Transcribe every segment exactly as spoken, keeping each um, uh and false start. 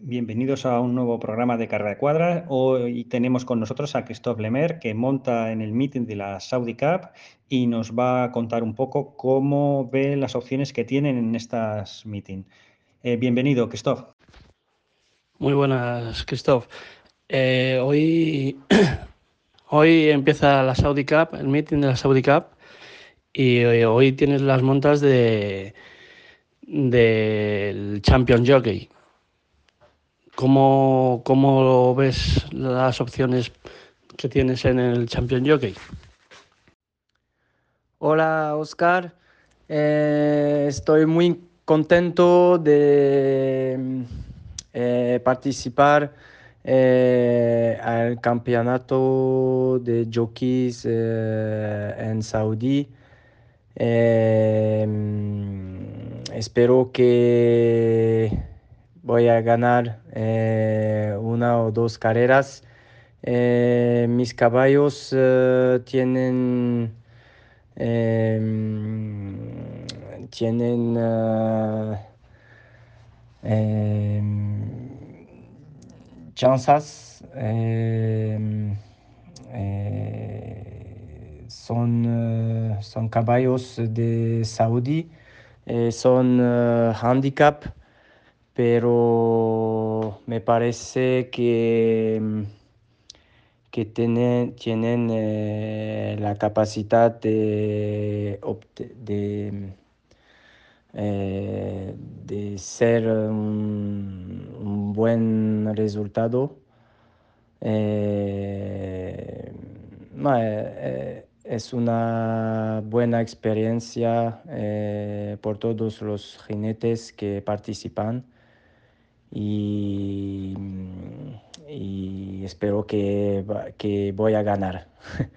bienvenidos a un nuevo programa de Carrera de Cuadra. Hoy tenemos con nosotros a Christophe Lemaire, que monta en el meeting de la Saudi Cup y nos va a contar un poco cómo ve las opciones que tienen en estas meeting. Eh, bienvenido, Christophe. Muy buenas, Christophe. Eh, hoy, hoy empieza la Saudi Cup, el meeting de la Saudi Cup, y eh, hoy tienes las montas de del Champion Jockey. ¿Cómo, ¿Cómo ves las opciones que tienes en el Champion Jockey? Hola Oscar, Eh, estoy muy contento de eh, participar eh, al campeonato de jockeys eh, en Saudi. Eh, Espero que voy a ganar eh, una o dos carreras. Eh, mis caballos eh, tienen Em, tienen uh, em, chances. em, eh, son, uh, son caballos de Saudi. Eh, son uh, handicap, pero me parece que que tienen, tienen eh, la capacidad de, de, eh, de ser un, un, buen resultado. Eh, no, eh, es una buena experiencia eh, por todos los jinetes que participan. Y, y espero que, que voy a ganar.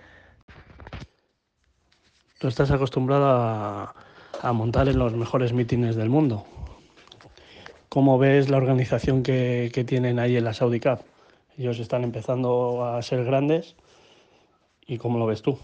Tú estás acostumbrado a, a montar en los mejores mítines del mundo. ¿Cómo ves la organización que, que tienen ahí en la Saudi Cup? Ellos están empezando a ser grandes. ¿Y cómo lo ves tú?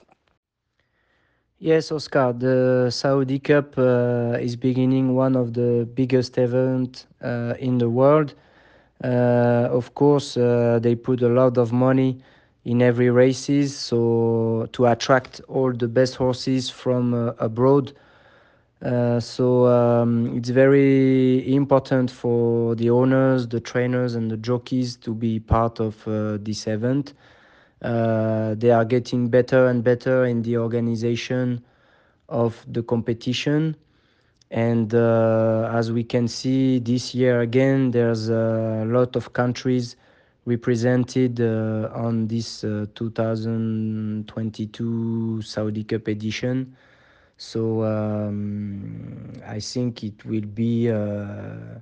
Yes, Oscar, the Saudi Cup uh, is beginning one of the biggest events uh, in the world. Uh, of course, uh, they put a lot of money in every races, so to attract all the best horses from uh, abroad. Uh, so um, it's very important for the owners, the trainers, and the jockeys to be part of uh, this event. Uh, they are getting better and better in the organization of the competition. And uh, as we can see this year again, there's a lot of countries represented uh, on this uh, two thousand twenty-two Saudi Cup edition. So um, I think it will be uh,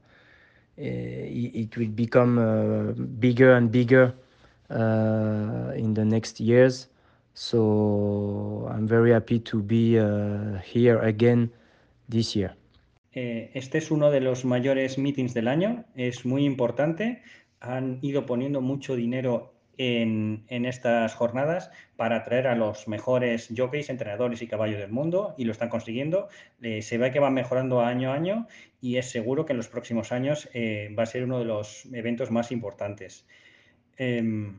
it will become uh, bigger and bigger uh, in the next years. So I'm very happy to be uh, here again this year. Eh, este es uno de los mayores meetings del año, es muy importante. Han ido poniendo mucho dinero en, en estas jornadas para atraer a los mejores jockeys, entrenadores y caballos del mundo y lo están consiguiendo. Eh, se ve que van mejorando año a año y es seguro que en los próximos años eh, va a ser uno de los eventos más importantes. Eh,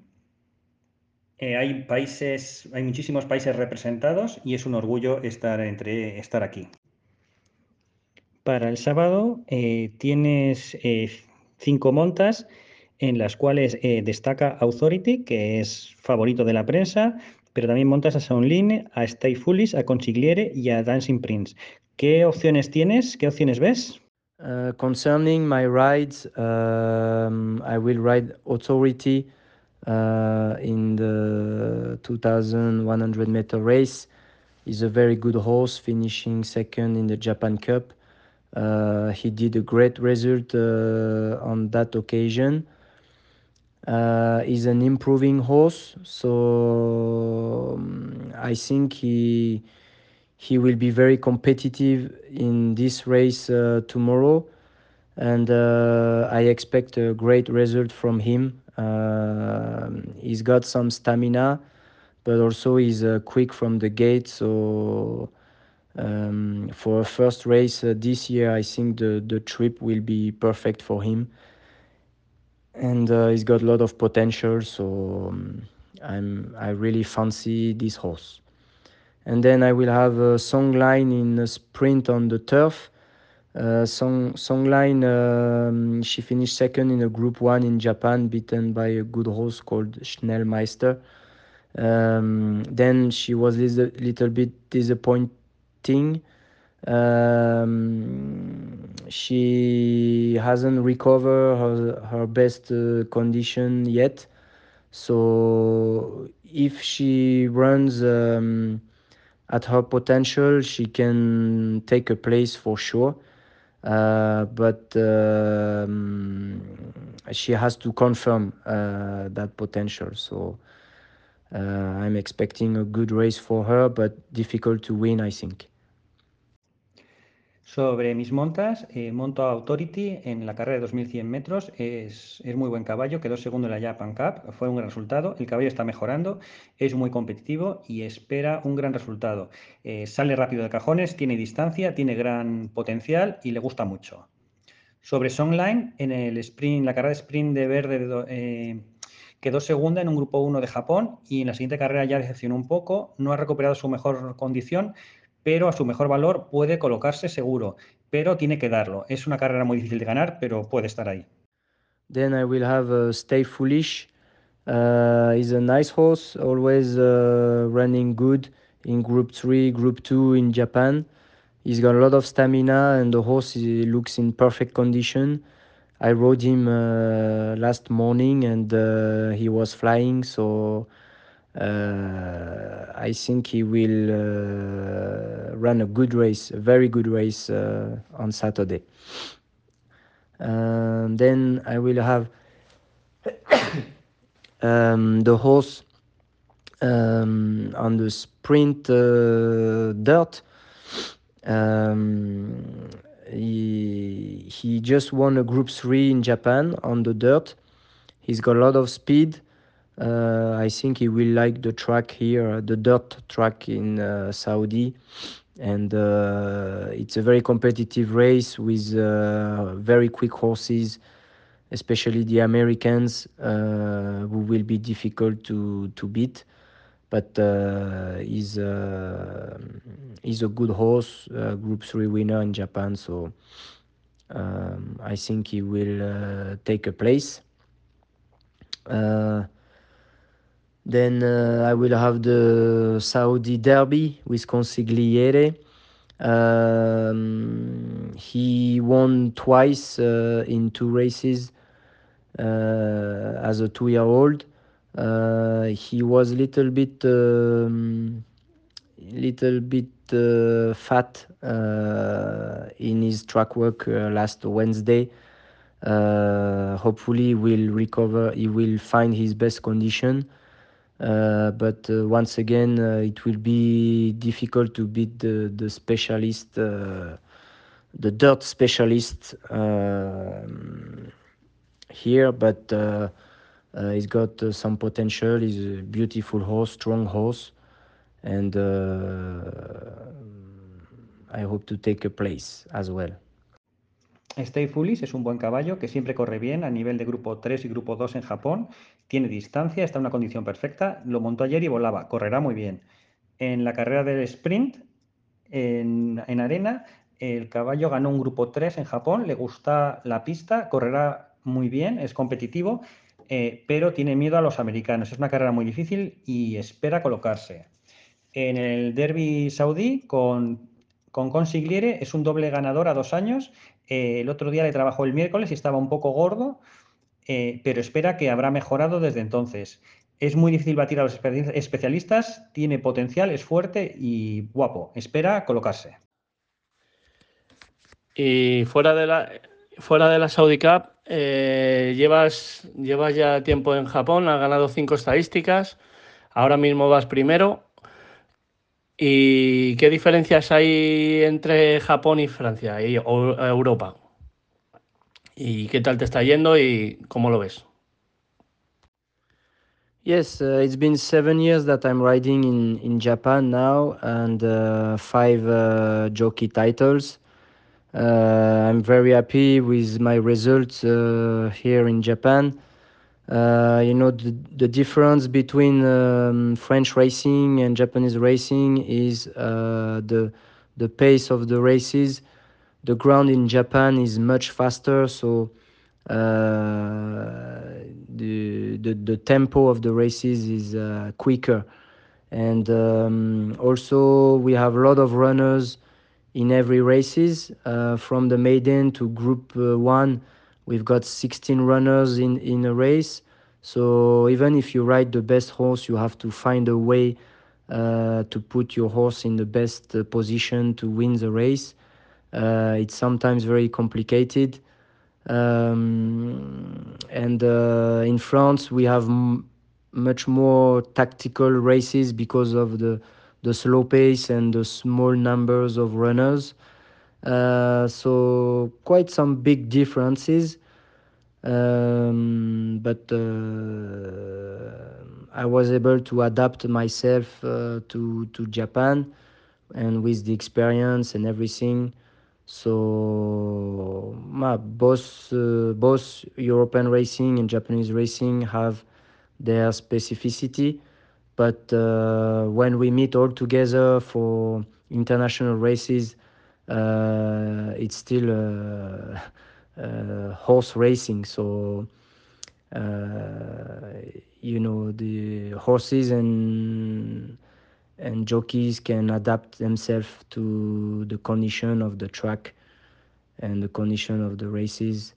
eh, hay países, hay muchísimos países representados y es un orgullo estar, entre, estar aquí. Para el sábado eh, tienes eh, cinco montas en las cuales eh, destaca Authority, que es favorito de la prensa, pero también montas a Shaolin, a Stay Foolish, a Consigliere y a Dancing Prince. ¿Qué opciones tienes? ¿Qué opciones ves? Uh, concerning my rides, um, I will ride Authority uh, in the two thousand one hundred meter race. He's a very good horse, finishing second in the Japan Cup. Uh, he did a great result uh, on that occasion. Uh, he's an improving horse, so um, I think he he will be very competitive in this race uh, tomorrow, and uh, I expect a great result from him. Uh, he's got some stamina, but also he's uh, quick from the gate, so um, for a first race uh, this year, I think the, the trip will be perfect for him. and uh, he's got a lot of potential. So um, I'm I really fancy this horse. And then I will have a Songline in a sprint on the turf. Uh, Song Songline, um, she finished second in a Group One in Japan, beaten by a good horse called Schnellmeister. Um, then she was a little, little bit disappointing. Um, she hasn't recovered her, her best uh, condition yet. So if she runs um, at her potential, she can take a place for sure. Uh, but um, she has to confirm uh, that potential. So uh, I'm expecting a good race for her, but difficult to win, I think. Sobre mis montas, eh, monto a Authority en la carrera de dos mil cien metros. Es, es muy buen caballo, quedó segundo en la Japan Cup, fue un gran resultado. El caballo está mejorando, es muy competitivo y espera un gran resultado. Eh, sale rápido de cajones, tiene distancia, tiene gran potencial y le gusta mucho. Sobre Songline, en el sprint, la carrera de sprint de verde, de, eh, quedó segunda en un grupo uno de Japón y en la siguiente carrera ya decepcionó un poco, no ha recuperado su mejor condición, pero a su mejor valor puede colocarse seguro, pero tiene que darlo. Es una carrera muy difícil de ganar, pero puede estar ahí. Then I will have uh, Stay Foolish. Uh, he's a nice horse, always uh, running good in Group three, Group two in Japan. He's got a lot of stamina and the horse he looks in perfect condition. I rode him uh, last morning and uh, he was flying, so uh, I think he will uh, run a good race, a very good race uh, on Saturday. Um, then I will have um, the horse um, on the sprint uh, dirt. Um, he, he just won a Group three in Japan on the dirt. He's got a lot of speed. Uh, I think he will like the track here, the dirt track in uh, Saudi. And uh, it's a very competitive race with uh, very quick horses, especially the Americans, uh, who will be difficult to, to beat. But uh, he's, uh, he's a good horse, uh, Group three winner in Japan, so um, I think he will uh, take a place. Uh, then uh, I will have the Saudi Derby with Consigliere. Um, he won twice uh, in two races uh, as a two-year-old. Uh, he was a little bit, um, little bit uh, fat uh, in his track work uh, last Wednesday. Uh, hopefully, he will recover. He will find his best condition. Uh, but uh, once again, uh, it will be difficult to beat the the specialist, uh, the dirt specialist uh, here. But uh, uh, he's got uh, some potential. He's a beautiful horse, strong horse, and uh, I hope to take a place as well. Stay Foolish es un buen caballo que siempre corre bien a nivel de grupo tres y grupo dos en Japón. Tiene distancia, está en una condición perfecta. Lo montó ayer y volaba. Correrá muy bien. En la carrera del sprint, en, en arena, el caballo ganó un grupo tres en Japón. Le gusta la pista, correrá muy bien, es competitivo, eh, pero tiene miedo a los americanos. Es una carrera muy difícil y espera colocarse. En el Derby saudí, con, con Consigliere, es un doble ganador a dos años. Eh, el otro día le trabajó el miércoles y estaba un poco gordo, eh, pero espera que habrá mejorado desde entonces. Es muy difícil batir a los especialistas, tiene potencial, es fuerte y guapo. Espera colocarse. Y fuera de la, fuera de la Saudi Cup, eh, llevas, llevas ya tiempo en Japón, has ganado cinco estadísticas, ahora mismo vas primero. ¿Y qué diferencias hay entre Japón y Francia y o, Europa? ¿Y qué tal te está yendo y cómo lo ves? Yes, uh, it's been seven years that I'm riding in, in Japan now, and uh, five uh, jockey titles. Uh, I'm very happy with my results uh, here in Japan. Uh, you know, the, the difference between um, French racing and Japanese racing is uh, the the pace of the races. The ground in Japan is much faster, so uh, the, the the tempo of the races is uh, quicker. And um, also we have a lot of runners in every races. Uh, from the maiden to group uh, one, we've got sixteen runners in, in a race. So even if you ride the best horse, you have to find a way uh, to put your horse in the best uh, position to win the race. Uh, it's sometimes very complicated. Um, and uh, in France, we have m- much more tactical races because of the the slow pace and the small numbers of runners. Uh, so quite some big differences. Um, but uh, I was able to adapt myself uh, to to Japan, and with the experience and everything. So uh, both uh, both European racing and Japanese racing have their specificity, but uh, when we meet all together for international races, uh, it's still uh, uh, horse racing. So uh, you know, the horses and and jockeys can adapt themselves to the condition of the track and the condition of the races.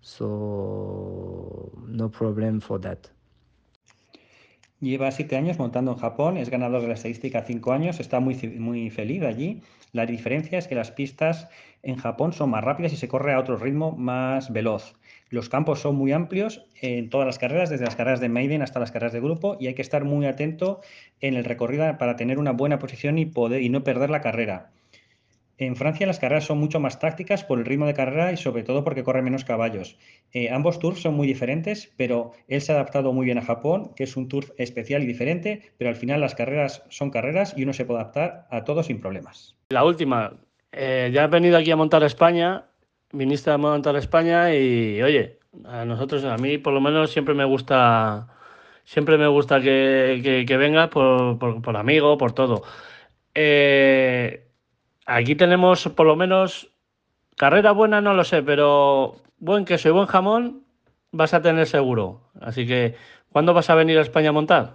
So no problem for that. Lleva siete años montando en Japón, es ganador de la estadística cinco años, está muy, muy feliz allí. La diferencia es que las pistas en Japón son más rápidas y se corre a otro ritmo más veloz. Los campos son muy amplios en todas las carreras, desde las carreras de maiden hasta las carreras de grupo, y hay que estar muy atento en el recorrido para tener una buena posición y, poder, y no perder la carrera. En Francia las carreras son mucho más tácticas por el ritmo de carrera y sobre todo porque corren menos caballos. Eh, ambos tours son muy diferentes, pero él se ha adaptado muy bien a Japón, que es un tour especial y diferente, pero al final las carreras son carreras y uno se puede adaptar a todo sin problemas. La última, eh, ya has venido aquí a montar a España, viniste a montar a España y oye, a nosotros, a mí por lo menos siempre me gusta, siempre me gusta que, que, que vengas por, por, por amigo, por todo. Eh, Aquí tenemos por lo menos carrera buena, no lo sé, pero buen queso y buen jamón vas a tener seguro. Así que, ¿cuándo vas a venir a España a montar?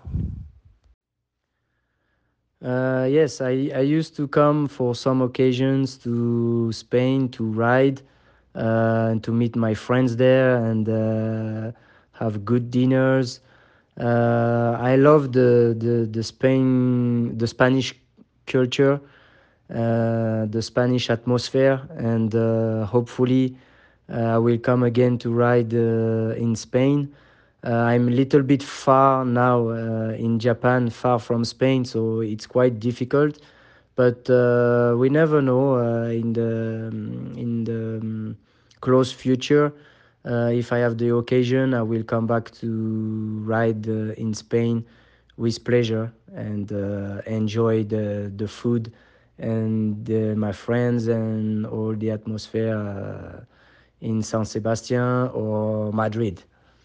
Uh, yes, I, I used to come for some occasions to Spain to ride uh, and to meet my friends there and uh, have good dinners. Uh, I love the, the, the Spain the Spanish culture, uh, the Spanish atmosphere, and uh, hopefully uh, I will come again to ride uh, in Spain. Uh, I'm a little bit far now uh, in Japan, far from Spain, so it's quite difficult. But uh, we never know uh, in the um, in the um, close future. Uh, if I have the occasion, I will come back to ride uh, in Spain with pleasure and uh, enjoy the the food and uh, my friends and all the atmosphere uh, in San Sebastian or Madrid.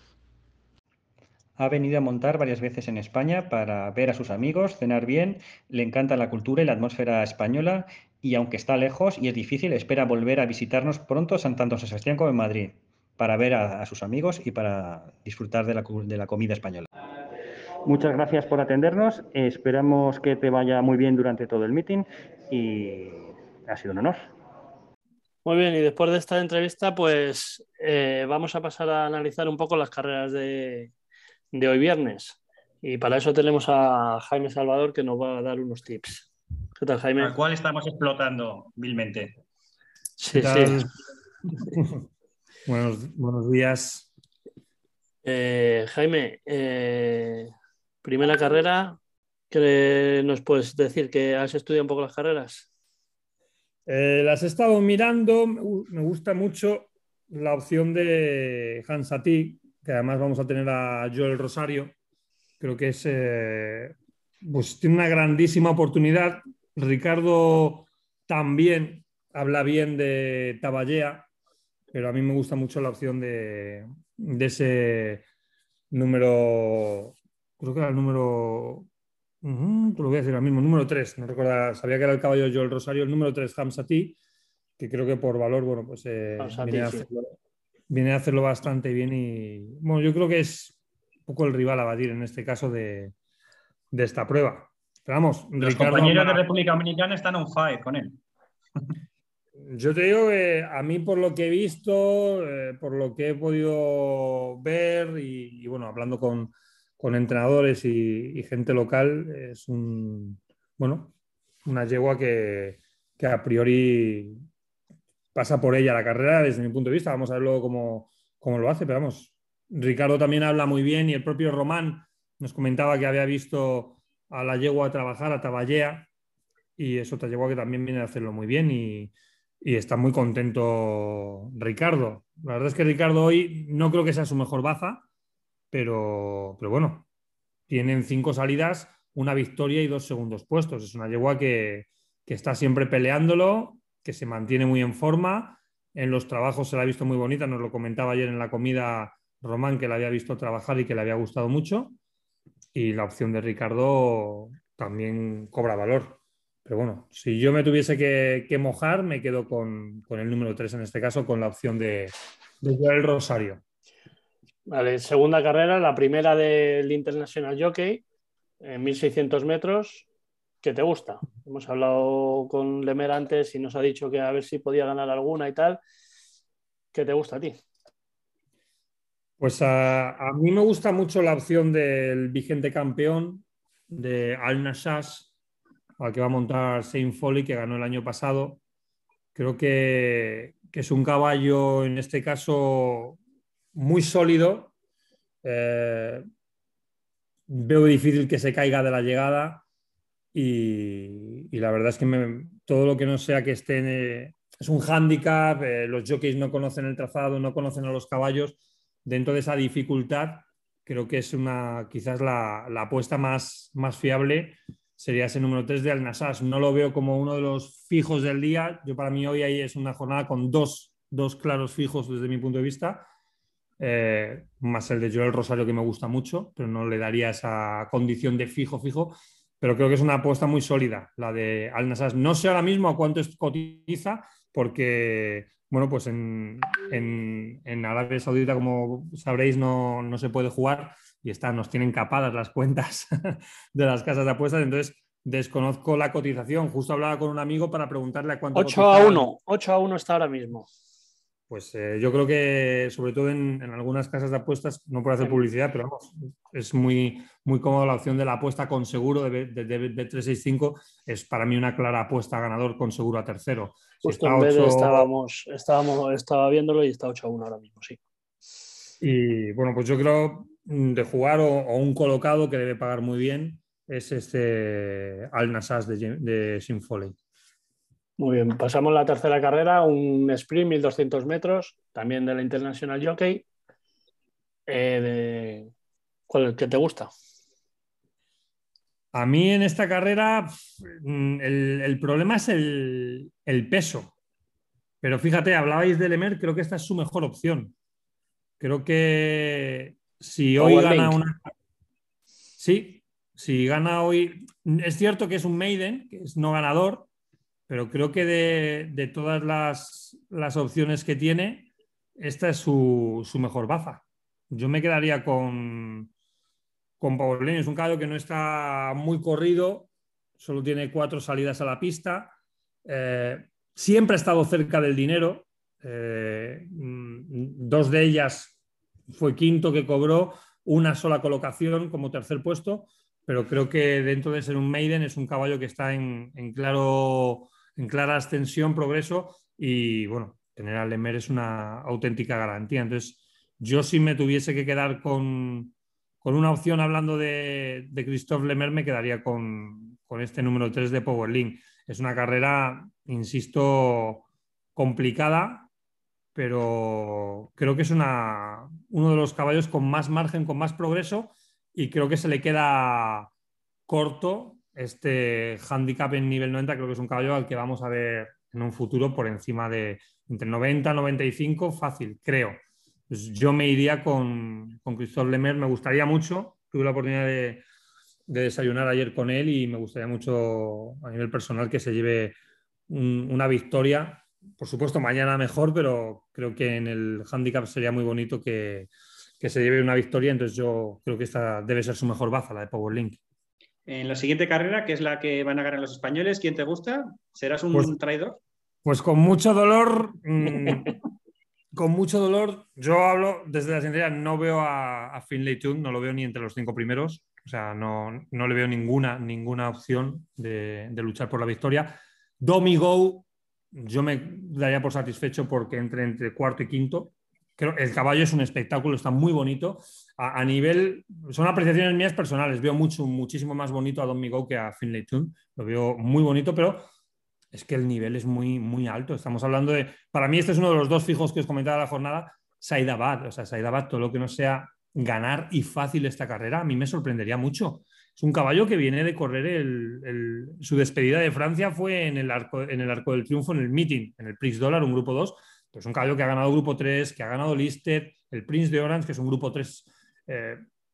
Ha venido a montar varias veces en España para ver a sus amigos, cenar bien, le encanta la cultura y la atmósfera española y aunque está lejos y es difícil, espera volver a visitarnos pronto tanto en San Sebastián como en Madrid para ver a, a sus amigos y para disfrutar de la, de la comida española. Muchas gracias por atendernos, esperamos que te vaya muy bien durante todo el meeting y ha sido un honor. Muy bien, y después de esta entrevista, pues eh, vamos a pasar a analizar un poco las carreras de, de hoy viernes. Y para eso tenemos a Jaime Salvador que nos va a dar unos tips. ¿Qué tal, Jaime? Al cual estamos explotando vilmente. Sí, ¿Qué tal? sí. buenos, buenos días. Eh, Jaime, eh, primera carrera, ¿qué nos puedes decir? ¿Que has estudiado un poco las carreras? Eh, las he estado mirando, me gusta mucho la opción de Hansati, que además vamos a tener a Joel Rosario. Creo que es, eh, pues tiene una grandísima oportunidad. Ricardo también habla bien de Taballea, pero a mí me gusta mucho la opción de, de ese número, creo que era el número, uh, te lo voy a decir ahora mismo, número tres, no recuerdo, sabía que era el caballo Joel Rosario, el número tres, Hamsati, que creo que por valor, bueno, pues eh, O sea, a viene, ti, a sí. hacerlo, viene a hacerlo bastante bien y, bueno, yo creo que es un poco el rival a batir en este caso de, de esta prueba. Pero vamos, Los Ricardo compañeros de anda. República Dominicana están on fire con él. Yo te digo que a mí por lo que he visto, eh, por lo que he podido ver y, y bueno, hablando con, con entrenadores y, y gente local, es un, bueno, una yegua que, que a priori pasa por ella la carrera desde mi punto de vista. Vamos a ver luego cómo, cómo lo hace, pero vamos, Ricardo también habla muy bien y el propio Román nos comentaba que había visto a la yegua trabajar, a Taballea, y es otra yegua que también viene a hacerlo muy bien y, y está muy contento Ricardo. La verdad es que Ricardo hoy no creo que sea su mejor baza, pero, pero bueno, tienen cinco salidas, una victoria y dos segundos puestos. Es una yegua que, que está siempre peleándolo, que se mantiene muy en forma. En los trabajos se la ha visto muy bonita, nos lo comentaba ayer en la comida Román, que la había visto trabajar y que le había gustado mucho. Y la opción de Ricardo también cobra valor. Pero bueno, si yo me tuviese que, que mojar, me quedo con, con el número tres en este caso, con la opción de, de Joel Rosario. Vale, segunda carrera, la primera del International Jockey, en mil seiscientos metros. ¿Qué te gusta? Hemos hablado con Lemer antes y nos ha dicho que a ver si podía ganar alguna y tal. ¿Qué te gusta a ti? Pues a, a mí me gusta mucho la opción del vigente campeón de Al Nassas, al que va a montar Saint Foley, que ganó el año pasado. Creo que, que es un caballo, en este caso, muy sólido. Eh, veo difícil que se caiga de la llegada y, y la verdad es que me, todo lo que no sea que esté en, eh, es un hándicap, eh, los jockeys no conocen el trazado, no conocen a los caballos. Dentro de esa dificultad, creo que es una quizás la, la apuesta más, más fiable sería ese número tres de Al Nassas. No lo veo como uno de los fijos del día. Yo para mí hoy ahí es una jornada con dos, dos claros fijos desde mi punto de vista. Eh, más el de Joel Rosario que me gusta mucho, pero no le daría esa condición de fijo, fijo. Pero creo que es una apuesta muy sólida la de Al Nassas. No sé ahora mismo a cuánto cotiza, porque, bueno, pues en, en, en Arabia Saudita, como sabréis, no, no se puede jugar y está, nos tienen capadas las cuentas de las casas de apuestas. Entonces, desconozco la cotización. Justo hablaba con un amigo para preguntarle a cuánto ocho a cotizaba. uno. ocho a uno está ahora mismo. Pues eh, yo creo que, sobre todo en, en algunas casas de apuestas, no por hacer publicidad, pero vamos, es muy, muy cómodo la opción de la apuesta con seguro de, de, de, de trescientos sesenta y cinco. Es para mí una clara apuesta a ganador con seguro a tercero. Si Justo está en vez de ocho... estábamos, estábamos, estaba viéndolo y está ocho a uno ahora mismo, sí. Y bueno, pues yo creo de jugar o, o un colocado que debe pagar muy bien es este Al Nassas de, de Saint Foley. Muy bien, pasamos a la tercera carrera, un sprint mil doscientos metros, también de la International Jockey. Eh, de... ¿Cuál que te gusta? A mí en esta carrera el, el problema es el, el peso. Pero fíjate, hablabais de Lemer, creo que esta es su mejor opción. Creo que si hoy Power gana Link. una... Sí, si gana hoy... Es cierto que es un maiden, que es no ganador, pero creo que de, de todas las, las, opciones que tiene, esta es su, su mejor baza. Yo me quedaría con, con Power Link. Es un caballo que no está muy corrido, solo tiene cuatro salidas a la pista. Eh, siempre ha estado cerca del dinero. Eh, dos de ellas fue quinto que cobró, una sola colocación como tercer puesto, pero creo que dentro de ser un maiden es un caballo que está en, en, claro, en clara ascensión, progreso y bueno, tener a Lemer es una auténtica garantía. Entonces, yo si me tuviese que quedar con, con una opción hablando de, de Christophe Lemer, me quedaría con, con este número tres de Power Link. Es una carrera, insisto, complicada, pero creo que es una, uno de los caballos con más margen, con más progreso y creo que se le queda corto este handicap en nivel noventa. Creo que es un caballo al que vamos a ver en un futuro por encima de entre noventa y noventa y cinco, fácil, creo. Pues yo me iría con, con Christophe Lemaire, me gustaría mucho, tuve la oportunidad de, de desayunar ayer con él y me gustaría mucho a nivel personal que se lleve un, una victoria. Por supuesto, mañana mejor, pero creo que en el handicap sería muy bonito que, que se lleve una victoria, entonces yo creo que esta debe ser su mejor baza, la de Powerlink. En la siguiente carrera, que es la que van a ganar los españoles, ¿quién te gusta? ¿Serás un Pues, traidor? Pues con mucho dolor, mmm, con mucho dolor, yo hablo desde la sinceridad, no veo a, a Finlay Toon, no lo veo ni entre los cinco primeros, o sea, no, no le veo ninguna, ninguna opción de, de luchar por la victoria. Domigo, yo me daría por satisfecho porque entre entre cuarto y quinto. Creo, el caballo es un espectáculo, está muy bonito. A, a nivel, son apreciaciones mías personales, veo mucho, muchísimo más bonito a Domigo que a Finlay Toon, lo veo muy bonito, pero es que el nivel es muy, muy alto. Estamos hablando de, para mí este es uno de los dos fijos que os comentaba la jornada, Saidabad. O sea, Saidabad, todo lo que no sea ganar y fácil esta carrera, a mí me sorprendería mucho. Es un caballo que viene de correr el, el, su despedida de Francia fue en el, arco, en el Arco del Triunfo, en el meeting, en el Prix Dollar, un grupo dos. Pues un caballo que ha ganado grupo tres, que ha ganado Listed, el Prince de Orange, que es un grupo tres. Eh,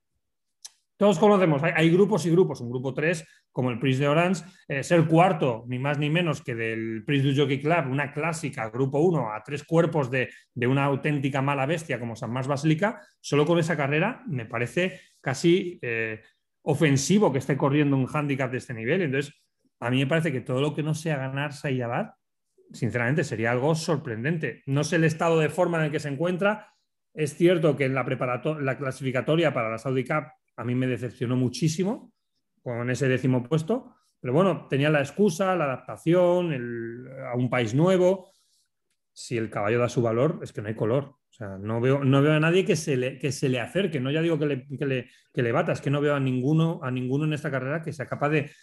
todos conocemos, hay, hay, grupos y grupos. Un grupo tres, como el Prix de Orange, eh, ser cuarto, ni más ni menos que del Prix du Jockey Club, una clásica, grupo uno, a tres cuerpos de, de una auténtica mala bestia como San Mas Basílica, solo con esa carrera me parece casi eh, ofensivo que esté corriendo un hándicap de este nivel. Entonces, a mí me parece que todo lo que no sea ganar Saidabad, sinceramente, sería algo sorprendente. No sé el estado de forma en el que se encuentra. Es cierto que en la, la clasificatoria para la Saudi Cup a mí me decepcionó muchísimo con ese décimo puesto, pero bueno, tenía la excusa, la adaptación, el, a un país nuevo. Si el caballo da su valor, es que no hay color. O sea, no veo, no veo a nadie que se le, que se le acerque. No ya digo que le, que, le, que le bata, es que no veo a ninguno, a ninguno en esta carrera que sea capaz de,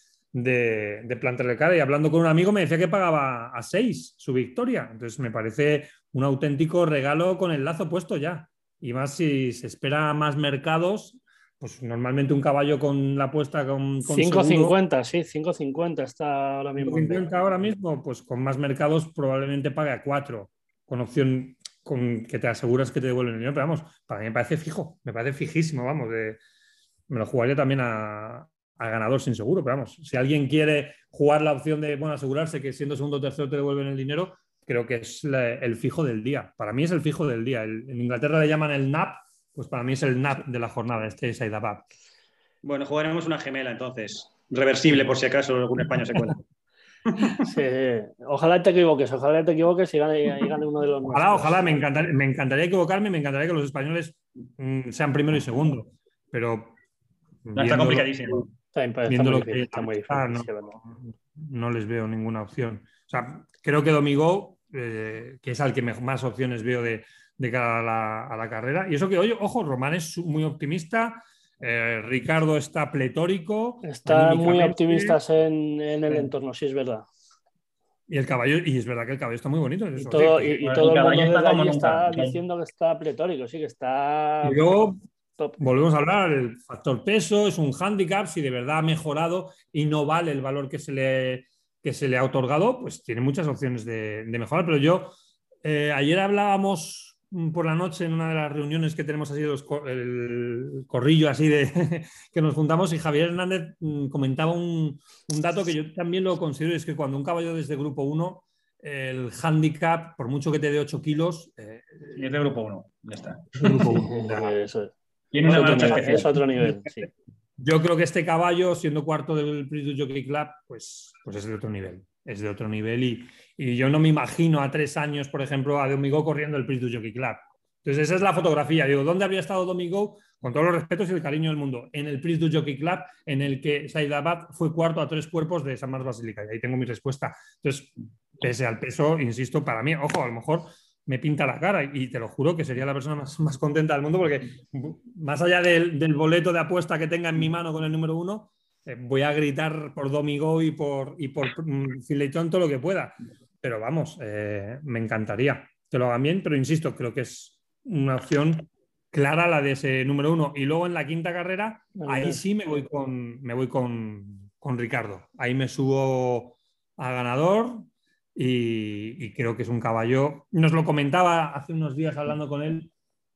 de, de plantarle cara. Y hablando con un amigo me decía que pagaba a seis su victoria. Entonces me parece un auténtico regalo con el lazo puesto ya. Y más si se espera más mercados, pues normalmente un caballo con la apuesta con, con cinco cincuenta, sí, cinco cincuenta está ahora mismo. cinco cincuenta ahora mismo, pues con más mercados probablemente pague a cuatro, con opción con que te aseguras que te devuelven el dinero. Pero vamos, para mí me parece fijo, me parece fijísimo, vamos, de, me lo jugaría también a, a ganador sin seguro, pero vamos, si alguien quiere jugar la opción de, bueno, asegurarse que siendo segundo o tercero te devuelven el dinero, creo que es la, el fijo del día. Para mí es el fijo del día. El, en Inglaterra le llaman el N A P, pues para mí es el N A P de la jornada, este Saidabad. Bueno, jugaremos una gemela entonces. Reversible, por si acaso algún español se cuela. Sí, ojalá te equivoques, ojalá te equivoques y gane, y gane uno de los ojalá, nuestros. Ojalá, me encantaría, me encantaría equivocarme, me encantaría que los españoles mm, sean primero y segundo, pero no, está complicadísimo. Está, está, viendo muy lo difícil, que está muy difícil, no, sí, no les veo ninguna opción. O sea, creo que Domigo, eh, que es al que más opciones veo de, de cara a la, a la carrera, y eso que, oye, ojo, Román es muy optimista. Eh, Ricardo está pletórico. Están muy optimistas en, en el entorno, sí, es verdad. Y el caballo, y es verdad que el caballo está muy bonito. Y eso, todo, oye, y, y todo el, el mundo desde allí nunca. está diciendo que está pletórico, sí, que está. Y luego top. Volvemos a hablar, el factor peso es un hándicap, si de verdad ha mejorado y no vale el valor que se le, que se le ha otorgado, pues tiene muchas opciones de, de mejorar. Pero yo, eh, ayer hablábamos por la noche en una de las reuniones que tenemos así, los, el corrillo así de que nos juntamos, y Javier Hernández mmm, comentaba un, un dato que yo también lo considero, es que cuando un caballo desde grupo uno, el handicap, por mucho que te dé ocho kilos, eh, es de grupo uno, ya está. Grupo uno. Eso es. Tiene una marcha especial. Es otro nivel, sí. Yo creo que este caballo, siendo cuarto del Prix du Jockey Club, pues, pues es de otro nivel. Es de otro nivel y, y yo no me imagino a tres años, por ejemplo, a Domigo corriendo el Prix du Jockey Club. Entonces esa es la fotografía. Digo, ¿dónde habría estado Domigo? Con todos los respetos y el cariño del mundo. En el Prix du Jockey Club, en el que Saidabad fue cuarto a tres cuerpos de San Mas Basílica. Y ahí tengo mi respuesta. Entonces, pese al peso, insisto, para mí, ojo, a lo mejor me pinta la cara y te lo juro que sería la persona más, más contenta del mundo, porque más allá del, del boleto de apuesta que tenga en mi mano con el número uno, eh, voy a gritar por Domigo y por, y por um, Finlay Toon todo lo que pueda. Pero vamos, eh, me encantaría que lo hagan bien, pero insisto, creo que es una opción clara la de ese número uno. Y luego en la quinta carrera, ahí sí me voy con, me voy con, con Ricardo. Ahí me subo a ganador. Y, y creo que es un caballo. Nos lo comentaba hace unos días hablando con él.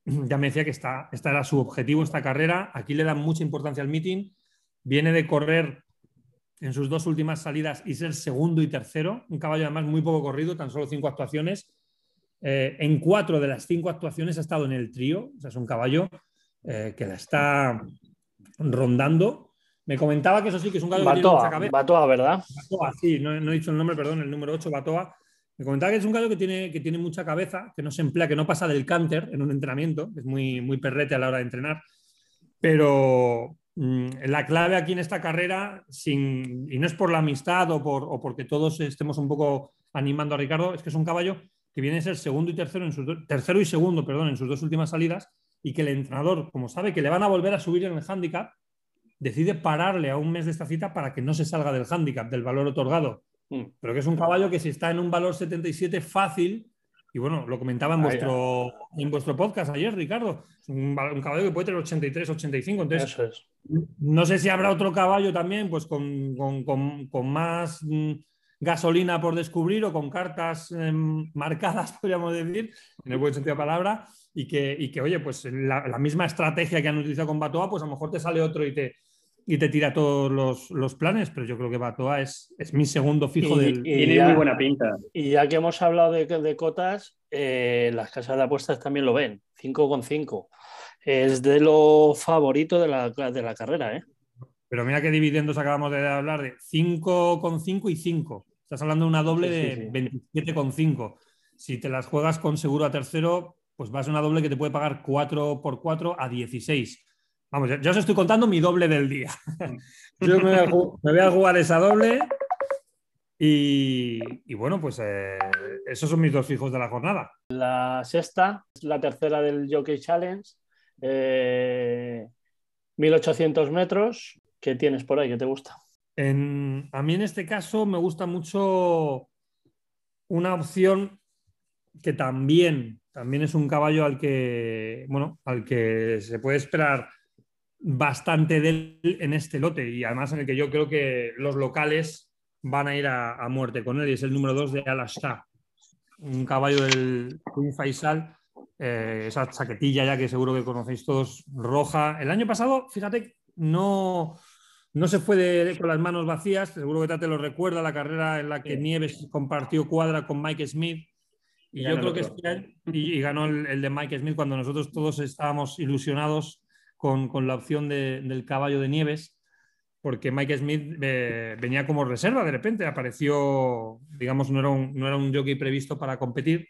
ya me decía que esta, esta era su objetivo, esta carrera. Aquí le dan mucha importancia al meeting. Viene de correr en sus dos últimas salidas y ser segundo y tercero. Un caballo además muy poco corrido, tan solo cinco actuaciones. Eh, en cuatro de las cinco actuaciones ha estado en el trío. O sea, es un caballo eh, que la está rondando. Me comentaba que eso sí, que es un caballo que tiene mucha Batoa, cabeza. Batoa, ¿verdad? Batoa, sí, no, no he dicho el nombre, perdón, el número ocho, Batoa. Me comentaba que es un caballo que tiene, que tiene mucha cabeza, que no se emplea, que no pasa del canter en un entrenamiento, que es muy, muy perrete a la hora de entrenar. Pero mmm, la clave aquí en esta carrera, sin, y no es por la amistad o, por, o porque todos estemos un poco animando a Ricardo, es que es un caballo que viene a ser segundo y tercero, en sus do, tercero y segundo perdón, en sus dos últimas salidas, y que el entrenador, como sabe que le van a volver a subir en el hándicap, decide pararle a un mes de esta cita para que no se salga del hándicap, del valor otorgado. Mm. Pero que es un caballo que si está en un valor setenta y siete fácil, y bueno, lo comentaba en, vuestro, en vuestro podcast ayer, Ricardo, es un, un caballo que puede tener ochenta y tres, ochenta y cinco, entonces Eso es. No sé si habrá otro caballo también, pues con, con, con, con más mm, gasolina por descubrir o con cartas eh, marcadas, podríamos decir, en el buen sentido de la palabra, y que, y que oye, pues la, la misma estrategia que han utilizado con Batoa, pues a lo mejor te sale otro y te, y te tira todos los, los planes, pero yo creo que Batoa es, es mi segundo fijo y, del... Y Tiene ya, muy buena pinta. Y ya que hemos hablado de, de cotas, eh, las casas de apuestas también lo ven, cinco con cinco. Es de lo favorito de la, de la carrera, ¿eh? Pero mira qué dividendos acabamos de hablar de cinco con cinco y cinco. Estás hablando de una doble sí, sí, sí. de veintisiete con cinco. Si te las juegas con seguro a tercero, pues vas a una doble que te puede pagar cuatro por cuatro a dieciséis. Vamos, ya, ya os estoy contando mi doble del día. Yo me voy, a jugar, me voy a jugar esa doble y, y bueno, pues eh, esos son mis dos fijos de la jornada. La sexta es la tercera del Jockey Challenge, eh, mil ochocientos metros. ¿Qué tienes por ahí? ¿Qué te gusta? En, a mí en este caso me gusta mucho una opción que también, también es un caballo al que, bueno, al que se puede esperar bastante de él en este lote y además en el que yo creo que los locales van a ir a, a muerte con él y es el número dos de Al-Ashta, un caballo del Queen Faisal, eh, esa chaquetilla ya que seguro que conocéis todos, roja. El año pasado, fíjate, no... No se fue de, con las manos vacías, seguro que te lo recuerda, la carrera en la que sí. Nieves compartió cuadra con Mike Smith. Y, y yo creo que este año, y, y ganó el, el de Mike Smith cuando nosotros todos estábamos ilusionados con, con la opción de, del caballo de Nieves, porque Mike Smith eh, venía como reserva de repente, apareció, digamos, no era un, no era un jockey previsto para competir.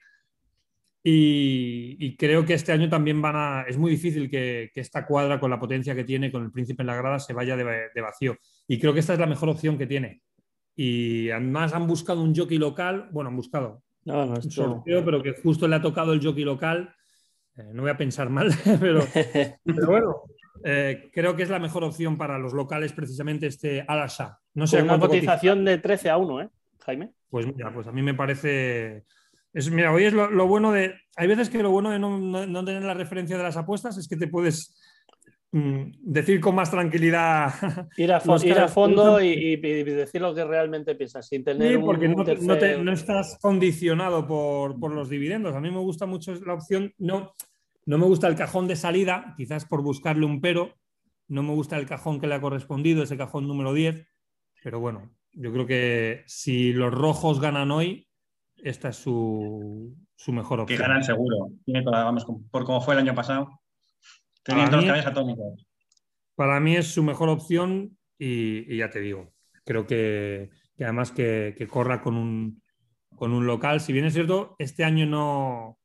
Y, y creo que este año también van a... Es muy difícil que, que esta cuadra, con la potencia que tiene, con el príncipe en la grada, se vaya de, de vacío. Y creo que esta es la mejor opción que tiene. Y además han buscado un jockey local, bueno, han buscado no, no, esto... un sorteo, pero que justo le ha tocado el jockey local. Eh, no voy a pensar mal, pero, pero bueno, eh, creo que es la mejor opción para los locales precisamente este Al-Ashta. No sé con una cotización cotiza. de trece a uno, ¿eh, Jaime? Pues mira, pues a mí me parece... Es, mira, hoy es lo, lo bueno de... Hay veces que lo bueno de no, no, no tener la referencia de las apuestas es que te puedes mm, decir con más tranquilidad... Ir a, fo ir a fondo y, y, y decir lo que realmente piensas, sin tener sí, porque un, no, un tercer... no, te, no estás condicionado por, por los dividendos. A mí me gusta mucho la opción... No, no me gusta el cajón de salida, quizás por buscarle un pero. No me gusta el cajón que le ha correspondido, ese cajón número diez. Pero bueno, yo creo que si los rojos ganan hoy, esta es su, su mejor opción. Que ganan seguro. Tiene toda, vamos, por como fue el año pasado. Tenían todos los caballos atómicos. Para mí es su mejor opción y, y ya te digo, creo que, que además que, que corra con un, con un local. Si bien es cierto, este año no,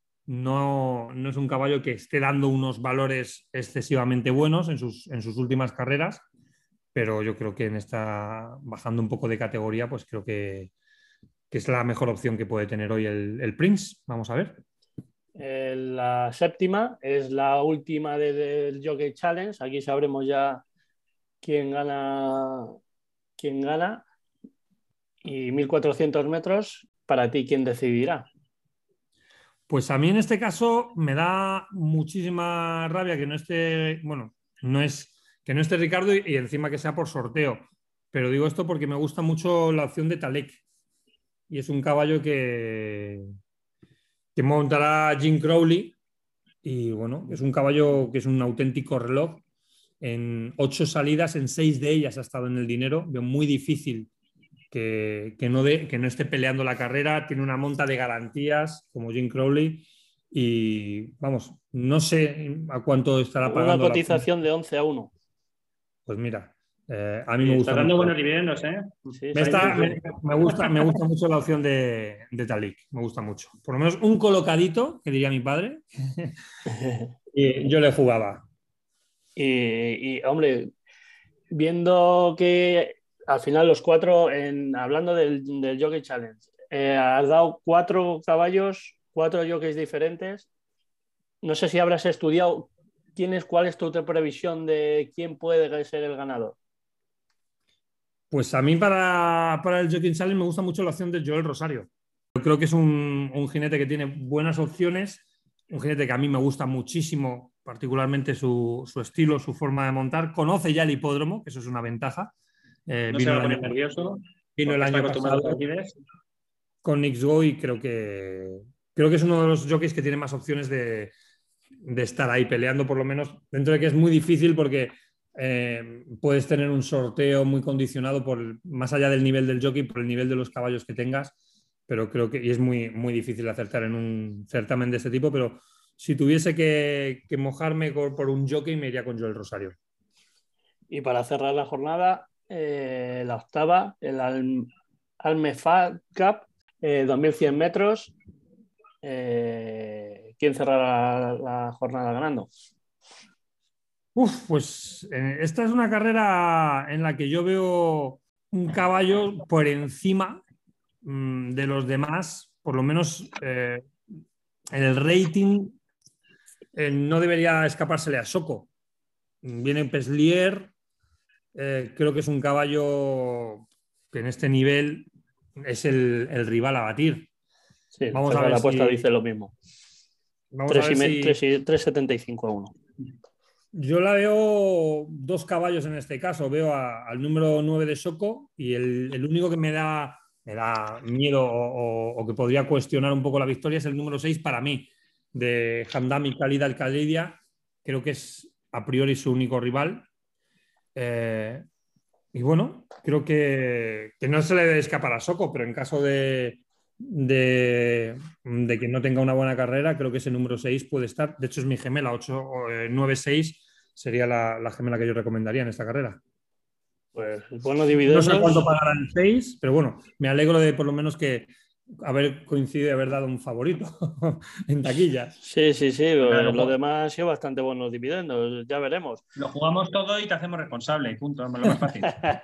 no, no es un caballo que esté dando unos valores excesivamente buenos en sus, en sus últimas carreras, pero yo creo que en esta, bajando un poco de categoría, pues creo que que es la mejor opción que puede tener hoy el, el Prince. Vamos a ver. Eh, la séptima es la última de, del Jockey Challenge. Aquí sabremos ya quién gana, quién gana. Y mil cuatrocientos metros, para ti, ¿quién decidirá? Pues a mí en este caso me da muchísima rabia que no esté, bueno, no es, que no esté Ricardo y, y encima que sea por sorteo. Pero digo esto porque me gusta mucho la opción de Talek. Y es un caballo que, que montará Jim Crowley, y bueno, es un caballo que es un auténtico reloj. En ocho salidas, en seis de ellas ha estado en el dinero. Veo muy difícil que, que, no de, que no esté peleando la carrera. Tiene una monta de garantías como Jim Crowley y vamos, no sé a cuánto estará Una pagando cotización la... de once a uno. Pues mira, eh, a mí Y me está gusta dando mucho. buenos dividendos, ¿eh? Sí, Me, sí, está- sí, me- sí. me gusta, me gusta mucho la opción de, de Talik, me gusta mucho. Por lo menos un colocadito, que diría mi padre, y yo le jugaba. Y, y, hombre, viendo que al final los cuatro, en, hablando del, del Jockey Challenge, eh, has dado cuatro caballos, cuatro jockeys diferentes. No sé si habrás estudiado, ¿tienes cuál es tu previsión de quién puede ser el ganador? Pues a mí para, para el Jockey Challenge me gusta mucho la opción de Joel Rosario. Yo creo que es un, un jinete que tiene buenas opciones, un jinete que a mí me gusta muchísimo, particularmente su, su estilo, su forma de montar. Conoce ya el hipódromo, que eso es una ventaja. Eh, No se vino va el a poner año, nervioso vino el porque está año acostumbrado pasado a Alcides. con Knicks Go y creo que, creo que es uno de los jockeys que tiene más opciones de, de estar ahí peleando, por lo menos, dentro de que es muy difícil porque eh, puedes tener un sorteo muy condicionado por el- más allá del nivel del jockey, por el nivel de los caballos que tengas, pero creo que y es muy, muy difícil acertar en un certamen de este tipo, pero si tuviese que, que mojarme por, por un jockey me iría con Joel Rosario. Y para cerrar la jornada, eh, la octava, el Al Almefad Cup, eh, dos mil cien metros. Eh, ¿Quién cerrará la, la jornada ganando? Uf, pues eh, esta es una carrera en la que yo veo un caballo por encima mm, de los demás, por lo menos eh, el rating eh, no debería escapársele a Soko. Viene Peslier, eh, creo que es un caballo que en este nivel es el, el rival a batir. Sí, Vamos a cerrar ver la apuesta si. dice lo mismo. Vamos a ver si. tres setenta y cinco a uno. Yo la veo dos caballos en este caso. Veo a- al número nueve de Soko y el, el único que me da, me da miedo o, o- o que podría cuestionar un poco la victoria es el número seis para mí, de Hamdami Khalid Al-Khalidia. Creo que es a priori su único rival. Eh, y bueno, creo que, que no se le debe escapar a Soko, pero en caso de, de, de que no tenga una buena carrera, creo que ese número seis puede estar. De hecho, es mi gemela, ocho nueve seis sería la, la gemela que yo recomendaría en esta carrera. Pues buenos No dividendos. sé cuánto pagará el seis, pero bueno, me alegro de por lo menos que haber coincidido y haber dado un favorito en taquillas. Sí, sí, sí. Claro, Lo demás ha sido bastante buenos dividendos. Ya veremos. lo jugamos todo y te hacemos responsable, punto, lo más fácil.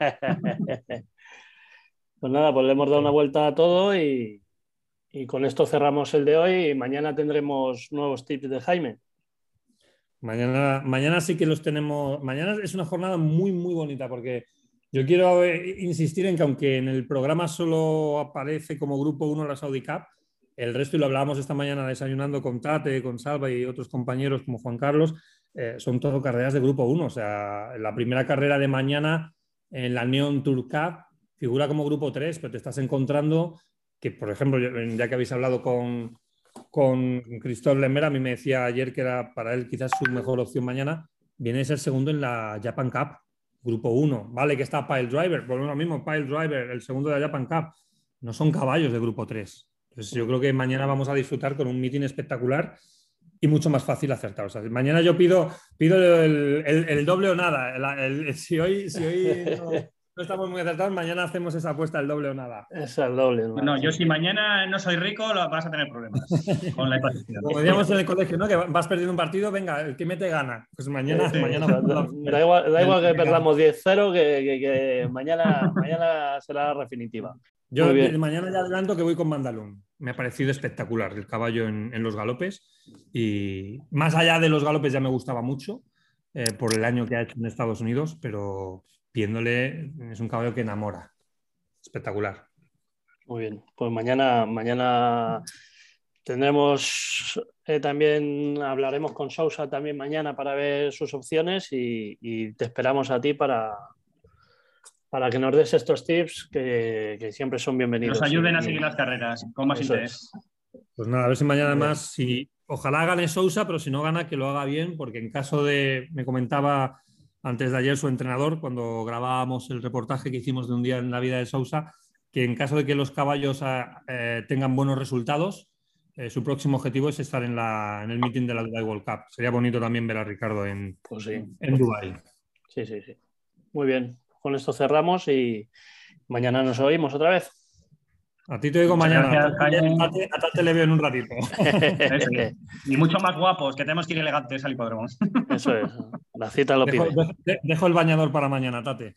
Pues nada, pues le hemos dado una vuelta a todo y, y con esto cerramos el de hoy y mañana tendremos nuevos tips de Jaime. Mañana, mañana sí que los tenemos. Mañana es una jornada muy, muy bonita porque yo quiero eh, insistir en que aunque en el programa solo aparece como grupo uno la Saudi Cup, el resto, y lo hablábamos esta mañana desayunando con Tate, con Salva y otros compañeros como Juan Carlos, eh, son todo carreras de grupo uno. O sea, la primera carrera de mañana en la Neon Tour Cup figura como grupo tres, pero te estás encontrando que, por ejemplo, ya que habéis hablado con, con Cristóbal Lemera, a mí me decía ayer que era para él quizás su mejor opción mañana, viene a ser segundo en la Japan Cup, grupo uno. Vale que está Pile Driver, por lo mismo, Pile Driver, el segundo de la Japan Cup. No son caballos de grupo tres. Entonces yo creo que mañana vamos a disfrutar con un meeting espectacular y mucho más fácil acertar. O sea, mañana yo pido, pido el, el, el doble o nada. El, el, si hoy, si hoy no, no estamos muy acertados, mañana hacemos esa apuesta, el doble o nada. Es el doble. No, no, yo si mañana no soy rico, lo vas a tener problemas con la hipotecación. Como decíamos en el colegio, ¿no? Que vas perdiendo un partido, venga, el que mete gana. Pues mañana. Sí, mañana da, da igual, da igual que perdamos diez cero, que, que, que mañana, mañana será la definitiva. Yo mañana ya adelanto que voy con Mandalún. Me ha parecido espectacular el caballo en, en los galopes. Y más allá de los galopes ya me gustaba mucho eh, por el año que ha hecho en Estados Unidos, pero viéndole es un caballo que enamora. Espectacular. Muy bien, pues mañana, mañana tendremos eh, también, hablaremos con Sousa también mañana para ver sus opciones y, y te esperamos a ti para, para que nos des estos tips que, que siempre son bienvenidos. Nos ayuden y, a seguir las carreras con más interés. Es. Pues nada, a ver si mañana más, si, ojalá gane Sousa, pero si no gana, que lo haga bien, porque en caso de, me comentaba antes de ayer su entrenador, cuando grabábamos el reportaje que hicimos de un día en la vida de Sousa, que en caso de que los caballos eh, tengan buenos resultados, eh, su próximo objetivo es estar en, la, en el meeting de la Dubai World Cup. Sería bonito también ver a Ricardo en, pues sí. en Dubai. Sí, sí, sí. Muy bien. Con esto cerramos y mañana nos oímos otra vez. A ti te digo Muchas mañana. gracias, Jaime. A Tate, a Tate le veo en un ratito. Eso es. Y mucho más guapos, que tenemos que ir elegantes al hipódromo. Eso es. La cita lo Dejo, pide. dejo, dejo el bañador para mañana, Tate.